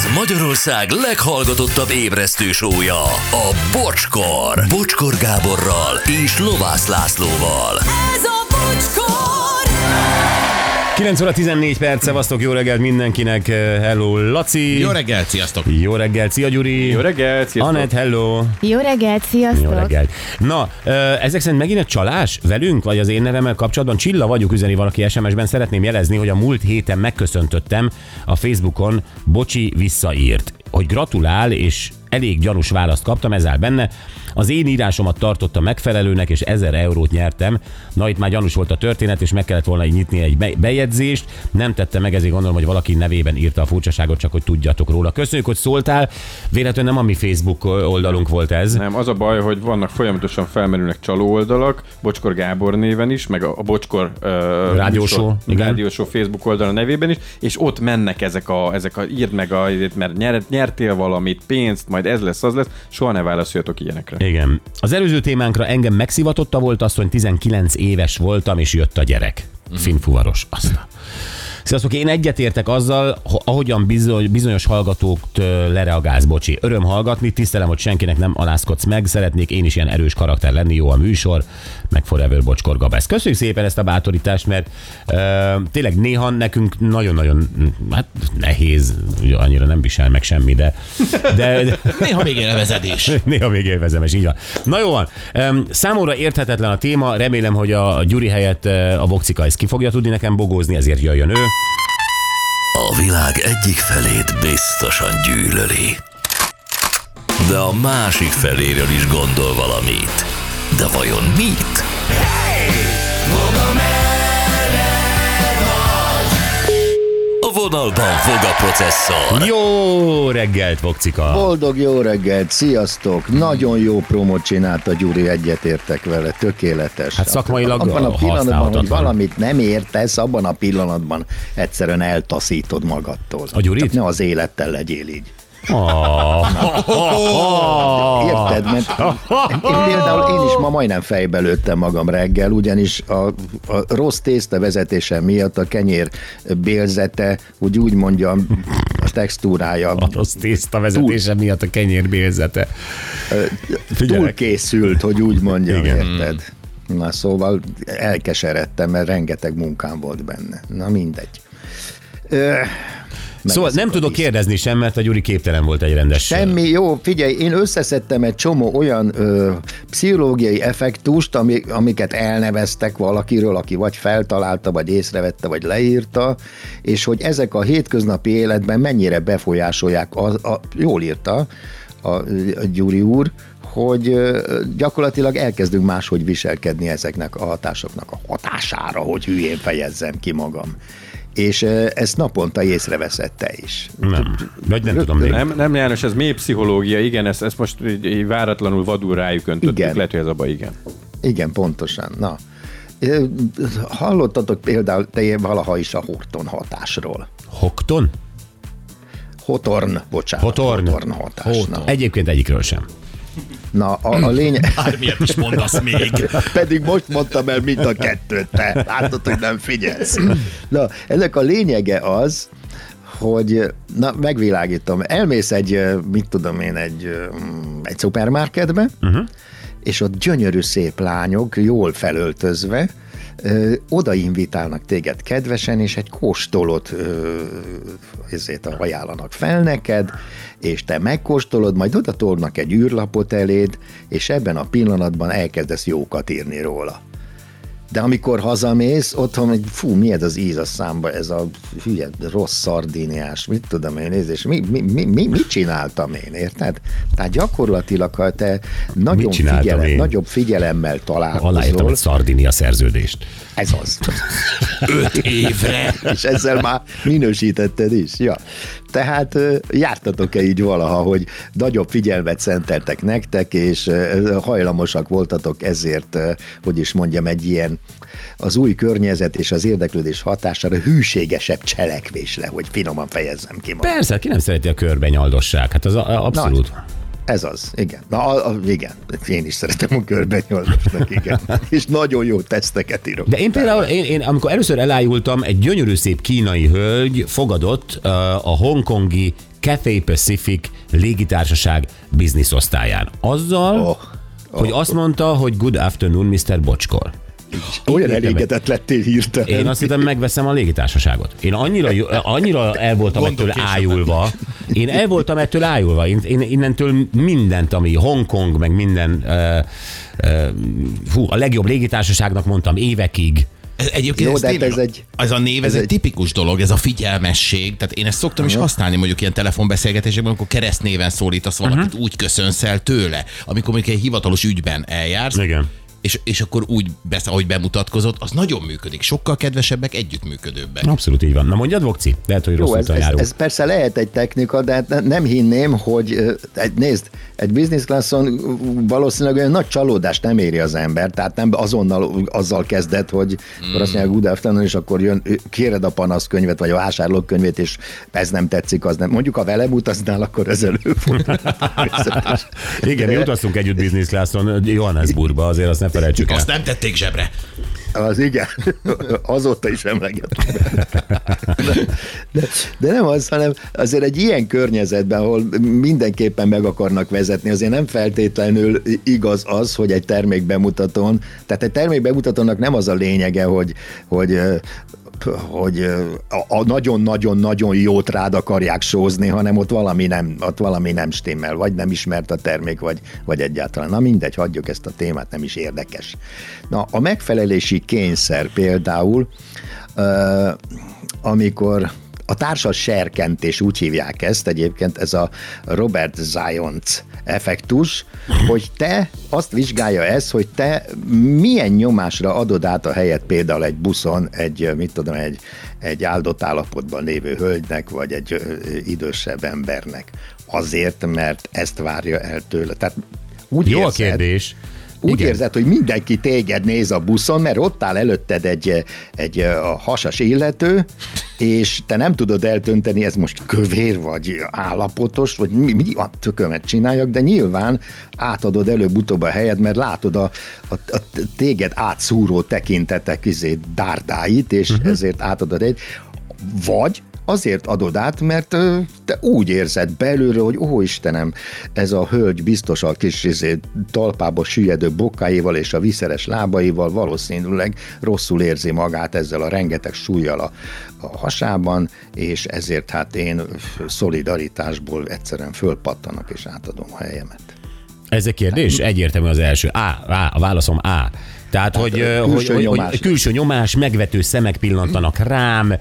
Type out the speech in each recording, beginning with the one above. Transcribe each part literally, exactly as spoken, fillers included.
Ez Magyarország leghallgatottabb ébresztő show-ja, a Bocskor. Bocskor Gáborral és Lovász Lászlóval. Ez a Bocskor! kilenc óra tizennégy perc, szevasztok, jó reggelt mindenkinek, hello Laci. Jó reggelt, sziasztok. Jó reggelt, szia Gyuri. Jó reggelt, sziasztok. Anett, hello. Jó reggelt, sziasztok. Jó reggelt. Na, ezek szerint megint egy csalás velünk, vagy az én nevemmel kapcsolatban? Csilla vagyok, üzeni valaki es em es-ben. Szeretném jelezni, hogy a múlt héten megköszöntöttem a Facebookon, Bocsi visszaírt, hogy gratulál, és elég gyanús választ kaptam, ez áll benne. Az én írásomat tartotta megfelelőnek, és ezer eurót nyertem. Na, itt már gyanús volt a történet, és meg kellett volna így nyitni egy bejegyzést. Nem tette meg, ezért gondolom, hogy valaki nevében írta a furcsaságot, csak hogy tudjatok róla. Köszönjük, hogy szóltál. Véletlenül nem a mi Facebook oldalunk volt ez. Nem, az a baj, hogy vannak folyamatosan felmerülnek csaló oldalak, Bocskor Gábor néven is, meg a, a Bocskor uh, Rádiósó, Rádiósó Facebook oldal nevében is, és ott mennek ezek a, ezek a írd meg, a, mert nyer, nyertél valamit, pénzt, majd ez lesz, az lesz, soha ne válaszoljatok ilyenekre. Igen. Az előző témánkra engem megszivatotta volt azt, hogy tizenkilenc éves voltam, és jött a gyerek. Mm. Finnfuvaros. Aztán. Sziasztok, én egyetértek azzal, ahogyan bizony, bizonyos hallgatókt lereagálsz, Bocsi. Öröm hallgatni, tisztelem, hogy senkinek nem alázkodsz meg, szeretnék én is ilyen erős karakter lenni, jó a műsor, meg forever Bocskor Gabesz. Köszönjük szépen ezt a bátorítást, mert uh, tényleg néha nekünk nagyon-nagyon hát nehéz, annyira nem visel meg semmi, de... de, de néha még élvezedés. Néha még élvezemes, így van. Na jó van, um, számomra érthetetlen a téma, remélem, hogy a Gyuri helyett a Bokcika ezt ki fogja tudni nekem bogózni, ezért jöjjön ő. A világ egyik felét biztosan gyűlöli, de a másik feléről is gondol valamit. De vajon mit? A vonalban fog a processzor. Jó reggelt, Bokcika! Boldog jó reggelt, sziasztok! Nagyon jó promót csinált a Gyuri, egyetértek vele, tökéletes. Hát szakmailag abban a pillanatban, hogy van. Valamit nem értesz, abban a pillanatban egyszerűen eltaszítod magadtól. A Gyurit? Csak ne az élettel legyél így. Oh. Érted? Mert én például én is ma majdnem fejbe lőttem magam reggel, ugyanis a, a rossz tészta vezetése miatt a kenyér bélzete, úgy úgy mondjam, a textúrája. A rossz tészta vezetése túl, miatt a kenyér bélzete. Túl készült, hogy úgy mondjam, igen. Érted? Na szóval elkeseredtem, mert rengeteg munkám volt benne. Na mindegy. Ö, Szóval nem tudok víz. kérdezni sem, mert a Gyuri képtelen volt egy rendes... Semmi, jó, figyelj, én összeszedtem egy csomó olyan ö, pszichológiai effektust, ami, amiket elneveztek valakiről, aki vagy feltalálta, vagy észrevette, vagy leírta, és hogy ezek a hétköznapi életben mennyire befolyásolják, a, a, jól írta a, a Gyuri úr, hogy gyakorlatilag elkezdünk máshogy viselkedni ezeknek a hatásoknak a hatására, hogy hülyén fejezzem ki magam. És ezt naponta észreveszed te is. Nem, vagy nem tudom. Nem, nem János, ez mély pszichológia, igen, ezt, ezt most így váratlanul vadul rájuk öntöttük, igen. Lehet, hogy ez abban igen. Igen, pontosan. Na, hallottatok például te valaha is a Horton hatásról? Hokton? Hotorn, bocsánat. Hotorn. Hotorn hatás. Hotorn. Egyébként egyikről sem. Na, a, a lényeg... Bármilyet is mondasz még. Pedig most mondtam el mind a kettőt, te. Látod, hogy nem figyelsz. Na, ennek a lényege az, hogy, na, megvilágítom, elmész egy, mit tudom én, egy, egy szupermarketbe, uh-huh. és ott gyönyörű szép lányok, jól felöltözve, ö, oda invitálnak téged kedvesen, és egy kóstolót ö, ezért ajánlanak fel neked, és te megkóstolod, majd oda tolnak egy űrlapot eléd, és ebben a pillanatban elkezdesz jókat írni róla. De amikor hazamész, otthon, hogy fú, mi ez az íz a számba, ez a hülye, rossz szardíniás, mit tudom én, nézés, mi, mi, mi, mi, mit csináltam én, érted? Tehát gyakorlatilag, ha te nagyon figyelem, nagyobb figyelemmel találkozol. Aláírtam egy Szardinia szerződést. Ez az. Öt évre. És ezzel már minősítetted is, ja. Tehát jártatok-e így valaha, hogy nagyobb figyelmet szenteltek nektek, és hajlamosak voltatok ezért, hogy is mondjam, egy ilyen az új környezet és az érdeklődés hatására hűségesebb cselekvésre, hogy finoman fejezzem ki magam. Persze, ki nem szereti a körbenyaldosság, hát az a, a, abszolút. Na, ez az, igen. Na, a, a, igen, én is szeretem a körbenyaldosnak, igen. És nagyon jó teszteket írok. De én például, én, én amikor először elájultam, egy gyönyörű szép kínai hölgy fogadott uh, a hongkongi Cathay Pacific légitársaság bizniszosztályán. Azzal, oh, oh, hogy azt mondta, hogy good afternoon, miszter Bocskor. Olyan elégedett lettél hirtelen. Én azt hittem, megveszem a légitársaságot. Én annyira, annyira el voltam ettől ájulva. Én el voltam ettől ájulva. Én, én innentől mindent, ami Hongkong, meg minden, uh, uh, hú, a legjobb légitársaságnak mondtam évekig. Ez egyébként Jó, ez, de tényleg, ez egy... ez a név, ez, ez egy tipikus dolog, ez a figyelmesség. Tehát én ezt szoktam is használni mondjuk ilyen telefonbeszélgetésekben, amikor keresztnéven szólítasz valakit, uh-huh. úgy köszönsz el tőle. Amikor mondjuk egy hivatalos ügyben eljársz. Igen. És, és akkor úgy, besz, ahogy bemutatkozott, az nagyon működik. Sokkal kedvesebbek, együttműködőbbek. Abszolút így van. Na mondjad, Vokci, lehet, hogy rossz ez, ez, járunk. ez persze lehet egy technika, de nem hinném, hogy egy, nézd, egy business classon valószínűleg olyan nagy csalódást nem éri az ember, tehát nem azonnal azzal kezdett, hogy mm. azt mondja, good afternoon, és akkor jön, kéred a panaszkönyvet, vagy a vásárlókönyvét, és ez nem tetszik, az nem. Mondjuk, ha velem utaznál, akkor ez előfordul. Igen, mi utaztunk együtt business classon Johannesburgba, azért azt ne felejtsük el. Azt nem tették zsebre. Az igen, azóta is emlegetem. De, de, de nem az, hanem azért egy ilyen környezetben, ahol mindenképpen meg akarnak vezetni, azért nem feltétlenül igaz az, hogy egy termékbemutatón, tehát egy termékbemutatónak nem az a lényege, hogy, hogy hogy a, a nagyon-nagyon-nagyon jót rád akarják sózni, hanem ott valami nem, ott valami nem stimmel, vagy nem ismert a termék, vagy, vagy egyáltalán. Na mindegy, hagyjuk ezt a témát, nem is érdekes. Na, a megfelelési kényszer például, uh, amikor a társas serkentés, úgy hívják ezt, egyébként ez a Robert Zions effektus, hogy te azt vizsgálja ez, hogy te milyen nyomásra adod át a helyet például egy buszon, egy, mit tudom, egy, egy áldott állapotban lévő hölgynek, vagy egy idősebb embernek. Azért, mert ezt várja el tőle. Tehát úgy Jó érzed, a kérdés. Úgy Igen. érzed, hogy mindenki téged néz a buszon, mert ott áll előtted egy, egy a hasas illető, és te nem tudod eltönteni, ez most kövér, vagy állapotos, vagy mi, mi a tökömet csináljak, de nyilván átadod előbb-utóbb a helyed, mert látod a, a, a téged átszúró tekintetek izé, dárdáit, és uh-huh. ezért átadod egy. Vagy azért adod át, mert te úgy érzed belülről, hogy ó Istenem, ez a hölgy biztos a kis izé, talpába süllyedő bokáival és a viszeres lábaival valószínűleg rosszul érzi magát ezzel a rengeteg súlyjal a, a hasában, és ezért hát én szolidaritásból egyszerűen fölpattanok és átadom a helyemet. Ez egy kérdés? Egyértelmű az első. A, A, a válaszom A. Tehát, Tehát hogy, külső hogy, nyomás. hogy külső nyomás, megvető szemek pillantanak rám,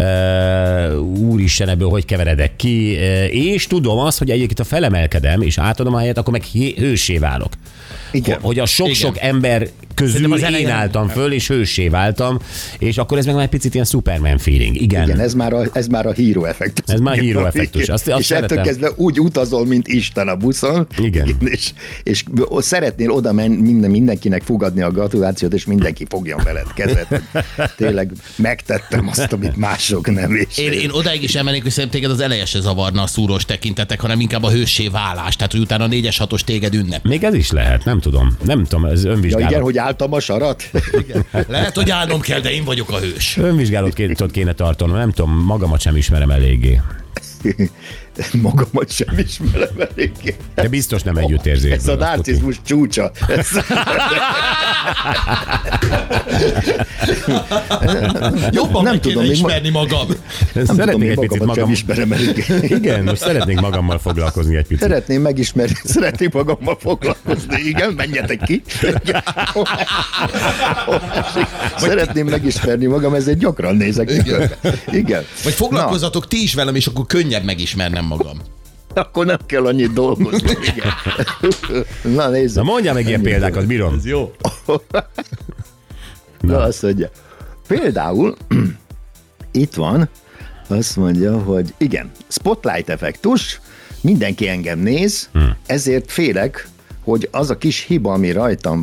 uh, úristen, ebből hogy keveredek ki, uh, és tudom azt, hogy egyébként ha felemelkedem, és átadom a helyet, akkor meg hőssé válok. Igen. Hogy a sok-sok Igen. ember közül az én álltam föl, és hőssé váltam, és akkor ez meg már egy picit ilyen Superman feeling. Igen, Igen ez, már a, ez már a híró effektus. Ez már a híró effektus. Azt, azt és szeretem. ettől kezdve úgy utazol, mint Isten a buszon, Igen. És, és szeretnél oda menni, minden, mindenkinek fogadni a gratulációt, és mindenki fogjon veled kezet. Tényleg megtettem azt, amit mások nem. És én, én odáig is emelnék, hogy szerintem téged az eleje se zavarna a szúrós tekintetek, hanem inkább a hőssé válás, tehát hogy utána a négyes hatos téged ünnep. Még ez is lehet, nem tudom. Nem tudom, ez önvizsgálat. Ja igen, hogy álltam a sarat? Igen. Lehet, hogy állnom kell, de én vagyok a hős. Önvizsgálatot kéne tartanom, nem tudom, magamat sem ismerem eléggé. Magamat sem ismerem eléggé. De biztos nem együttérzés. Ez a narcizmus csúcsa. Jobban nem meg tudom, kéne ismerni ma... magam. Nem szeretnék tudom, egy picit magam... ismerem eléggé. Igen, most szeretnék magammal foglalkozni egy picit. Szeretném megismerni, szeretnék magammal foglalkozni. Igen, menjetek ki. Szeretném megismerni magam, ezért gyakran nézek. Igen. Igen. Vagy foglalkozzatok ti is velem, és akkor könnyebb megismernem magam. Akkor nem kell annyit dolgozni. Na nézzük. Na mondjál meg ilyen példákat, bírom. Ez jó. Na, Na azt mondja. Például itt van, azt mondja, hogy igen, spotlight effektus, mindenki engem néz, hmm. ezért félek, hogy az a kis hiba, ami rajtam van,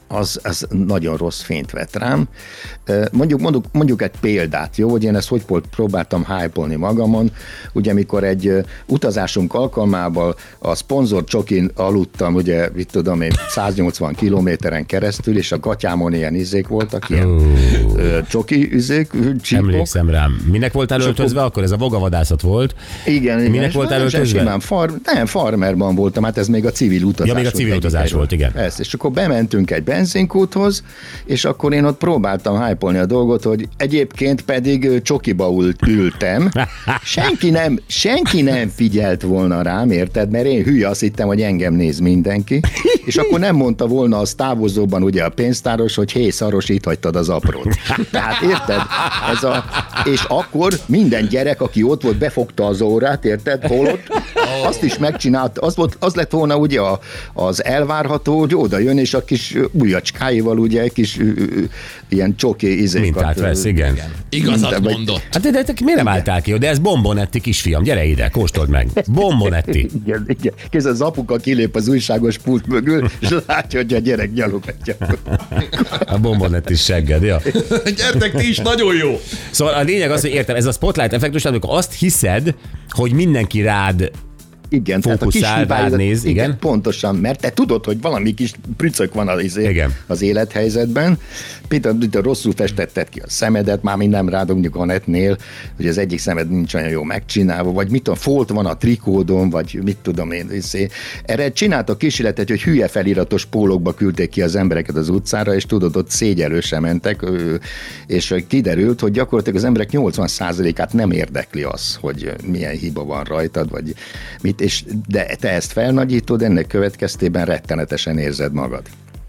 az, az nagyon rossz fényt vett rám. Mondjuk, mondjuk, mondjuk egy példát, jó, hogy én ezt hogy próbáltam hype-olni magamon. Ugye, amikor egy utazásunk alkalmával a szponzor csokin aludtam, ugye, mit tudom én, száznyolcvan kilométeren keresztül, és a gatyámon ilyen izék voltak, ilyen uh. csoki izék, csípok. Emlékszem rám. Minek voltál öltözve? Akkor ez a vogavadászat volt. Igen. Minek igen, voltál öltözve? Simán, far, nem, farmerban voltam, hát ez még a civil utazás. Ja, még a civil volt, utazás volt, igen. Ezt, és akkor bementünk egy benzinkúthoz, és akkor én ott próbáltam hype-olni a dolgot, hogy egyébként pedig csokiba ült, ültem. Senki nem, senki nem figyelt volna rám, érted? Mert én hülye, azt hittem, hogy engem néz mindenki. És akkor nem mondta volna az távozóban ugye a pénztáros, hogy hé, szaros, itt hagytad az aprót. Tehát érted? Ez a, és akkor minden gyerek, aki ott volt, befogta az órát, érted? Holott azt is megcsinált, az, volt, az lett volna ugye a, az elvárható, hogy oda jön, és a kis ujjacskáival ugye egy kis ilyen csoki izékat. Mintát vesz, igen. igen. Igazat mondott. Hát de, de, de miért nem álltál ki? De ez Bombonetti kisfiam, gyere ide, kóstold meg. Bombonetti. Igen, igen. Kész az apuka kilép az újságos pult mögül, és látja, hogy a gyerek gyalogatja. A Bombonetti segged, ja. Gyertek, ti is nagyon jó. Szóval a lényeg az, hogy értem, ez a spotlight effektus, amikor azt hiszed, hogy mindenki rád igen, fókuszál, rád néz, igen. igen. Pontosan, mert te tudod, hogy valami kis prücök van az, az élethelyzetben. Például rosszul festetted ki a szemedet, már mind nem rád, mondjuk a netnél, hogy az egyik szemed nincs olyan jó megcsinálva, vagy mit tudom, folt van a trikódon, vagy mit tudom én. Izé. Erre csináltak kísérletet, hogy hülye feliratos pólókba küldték ki az embereket az utcára, és tudod, ott szégyelősen mentek, és kiderült, hogy gyakorlatilag az emberek nyolcvan százalékát nem érdekli az, hogy milyen hiba van rajtad, vagy mit, és de te ezt felnagyítod, ennek következtében rettenetesen érzed magad.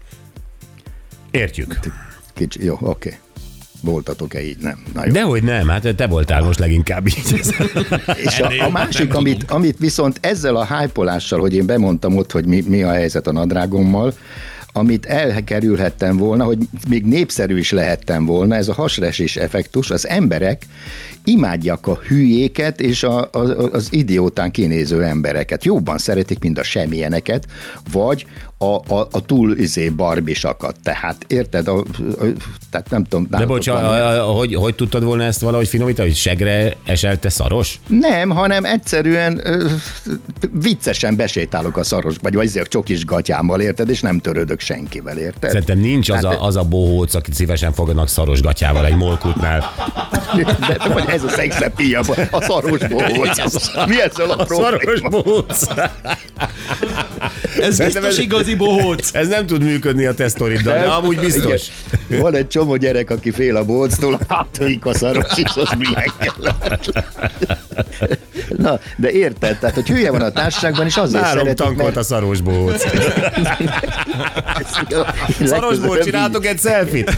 Értjük. Kicsi, jó, oké. Okay. Voltatok-e így? Nem. Dehogy nem, hát te voltál most leginkább így. És a, a másik, amit, amit viszont ezzel a hype-olással, hogy én bemondtam ott, hogy mi, mi a helyzet a nadrágommal, amit elkerülhettem volna, hogy még népszerű is lehettem volna, ez a hasresés effektus, az emberek imádják a hülyéket és a, a, az idiótán kinéző embereket. Jobban szeretik, mint a semmilyeneket, vagy a, a, a túl izé barbisakat. Tehát érted? A, a, tehát nem tudom. De bocs, hogy, hogy tudtad volna ezt valahogy finomítani, hogy segre esel te szaros? Nem, hanem egyszerűen ö, viccesen besétálok a szaros, vagy azért a csokis gatyámmal, érted? És nem törődök senkivel, érted? Szerintem nincs az a, az a bohóc, akit szívesen fogadnak szaros gatyával egy molkutnál. De, de vagy ez a szexepíja, a szaros bohóc. Mi ezzel a, a szaros bohóc. Ez biztos igazi bohóc. Ez nem tud működni a te sztoriddal, de amúgy biztos. Igen. Van egy csomó gyerek, aki fél a bohóctól, hát a szaros is, az milyen kellemetlen. Na, de érted, tehát, hogy hülye van a társaságban, és azért Nálam szeretik, tankolt mert... a szaros bohóc. Szaros bohóc, csináltok egy selfit?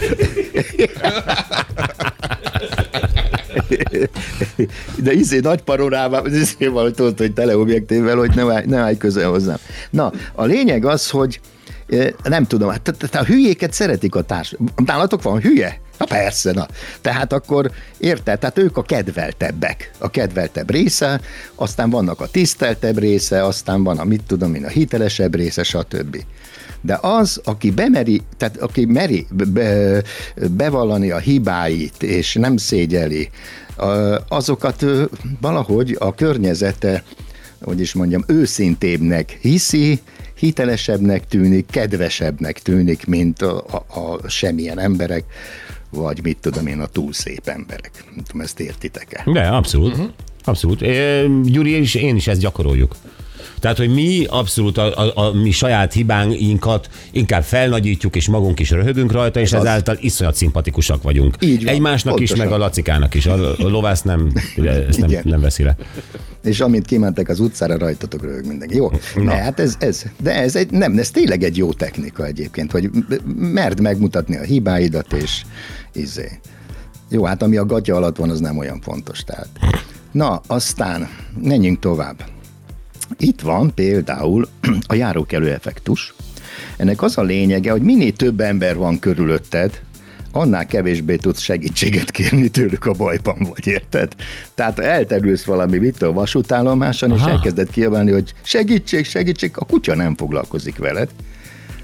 De izé nagy panorában, az izé valahogy tudod, hogy teleobjektívvel, hogy nem állj, nem állj közel hozzám. Na, a lényeg az, hogy nem tudom, hát a hülyéket szeretik a társ. Nálatok van hülye? Na persze, na. Tehát akkor érted, tehát ők a kedveltebbek, a kedveltebb része, aztán vannak a tiszteltebb része, aztán van a mit tudom én, a hitelesebb része, stb. De az, aki bemeri, tehát aki meri be, bevallani a hibáit, és nem szégyeli, azokat valahogy a környezete, hogy is mondjam, őszintébbnek hiszi, hitelesebbnek tűnik, kedvesebbnek tűnik, mint a, a, a semmilyen emberek, vagy mit tudom én, a túl szép emberek. Nem tudom, ezt értitek-e? De, abszolút. Uh-huh. Abszolút. É, Gyuri és én is ezt gyakoroljuk. Tehát, hogy mi abszolút a, a, a mi saját hibáinkat inkább felnagyítjuk, és magunk is röhögünk rajta, és ez ezáltal az... iszonyat szimpatikusak vagyunk. Így van, egymásnak pontosan. is, meg a Lacikának is. A, a lovász nem, ezt nem, nem veszi le. És amint kimentek az utcára, rajtatok röhög mindenki. Jó, ne, hát ez, ez, de ez, egy, nem, ez tényleg egy jó technika egyébként, hogy merd megmutatni a hibáidat, és izé. Jó, hát ami a gatya alatt van, az nem olyan fontos. Tehát. Na, aztán menjünk tovább. Itt van például a járókelő effektus. Ennek az a lényege, hogy minél több ember van körülötted, annál kevésbé tudsz segítséget kérni tőlük a bajban vagy, érted? Tehát elterülsz valami, mit a vasútállomáson, és elkezded kiabálni, hogy segítség, segítség, a kutya nem foglalkozik veled,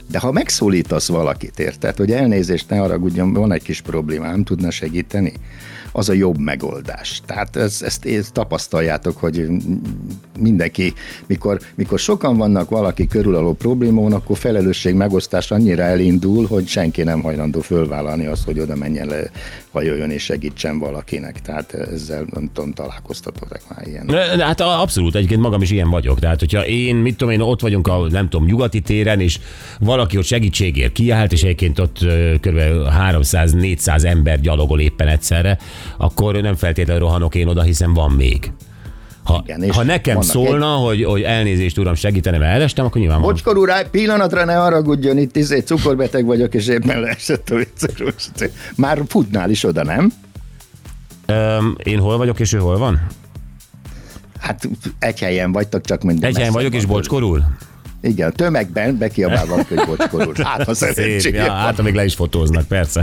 De ha megszólítasz valakit, érted, hogy elnézést, ne haragudjon, van egy kis problémám, tudna segíteni, az a jobb megoldás. Tehát ezt, ezt, ezt tapasztaljátok, hogy mindenki, mikor, mikor sokan vannak valaki körülaló problémón, akkor felelősség megosztás annyira elindul, hogy senki nem hajlandó fölvállalni azt, hogy oda menjen le, hajoljon és segítsen valakinek. Tehát ezzel nem tudom, találkoztatok már ilyen. Hát abszolút, egyébként magam is ilyen vagyok. Tehát, hogyha én, mit tudom én, ott vagyunk a, nem tudom, nyugati téren, és valaki ott segítségért kiállt, és egyébként ott kb. háromszáz-négyszáz ember gyalogol éppen egyszerre, akkor nem feltétlenül rohanok én oda, hiszen van még. Ha, igen, ha nekem szólna, egy... hogy, hogy elnézést, uram, segítene, mert elestem, akkor nyilván van. Bocskor úr, pillanatra ne haragudjon, itt izé, cukorbeteg vagyok, és éppen leesett a viccről. Már futnál is oda, nem? Öm, én hol vagyok, és ő hol van? Hát egy helyen vagytok, csak minden. Egy helyen vagyok, és Bocskor úr? Igen, tömegben bekiabál valaki, hogy Bocskor úr. Hát, ha szerencsére. Ja, hát, ha még le is fotóznak, persze.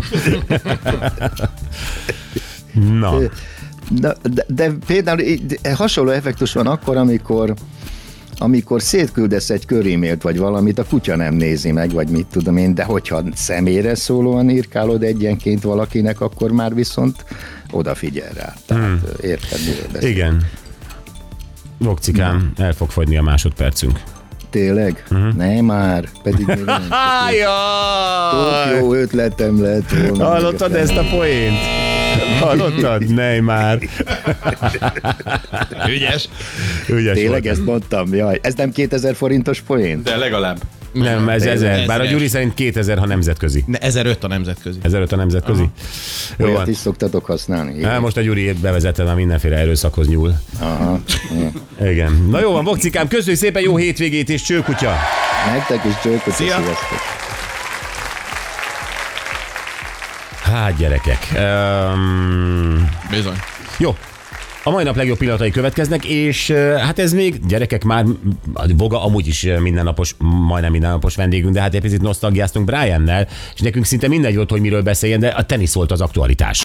Na. De, de, de például hasonló effektus van akkor, amikor amikor szétküldesz egy körímélt vagy valamit, a kutya nem nézi meg, vagy mit tudom én, de hogyha személyre szólóan írkálod egyenként valakinek, akkor már viszont odafigyel rá. Tehát hmm. érted, miről beszél. Igen. Vokcikám, el fog fogyni a másodpercünk. Tényleg? Uh-huh. Ne már, pedig még nem. Tök jó ötletem lett volna. Hallottad ezt a poént? Hallottad? Ne már. Ügyes. Ügyes Tényleg volt. ezt mondtam, jaj. Ez nem kétezer forintos poén? De legalább. Nem, ez ezer. Bár a Gyuri szerint kétezer, ha nemzetközi. Ne, ezeröt a nemzetközi. ezeröt a nemzetközi. Jó, olyat is szoktatok használni. Hát most a Gyuri bevezette, már mindenféle erőszakhoz nyúl. Aha. Igen. Na jó van, Vokcikám, köszönjük szépen, jó hétvégét és csőkutya. Nektek is csőkutya, szívasztok. Hát gyerekek. Um... Bizony. Jó. A mai nap legjobb pillanatai következnek, és hát ez még, gyerekek, már a Voga amúgy is mindennapos, majdnem mindennapos vendégünk, de hát egy picit nosztalgiáztunk Briannel, és nekünk szinte mindegy volt, hogy miről beszéljen, de a tenisz volt az aktualitás.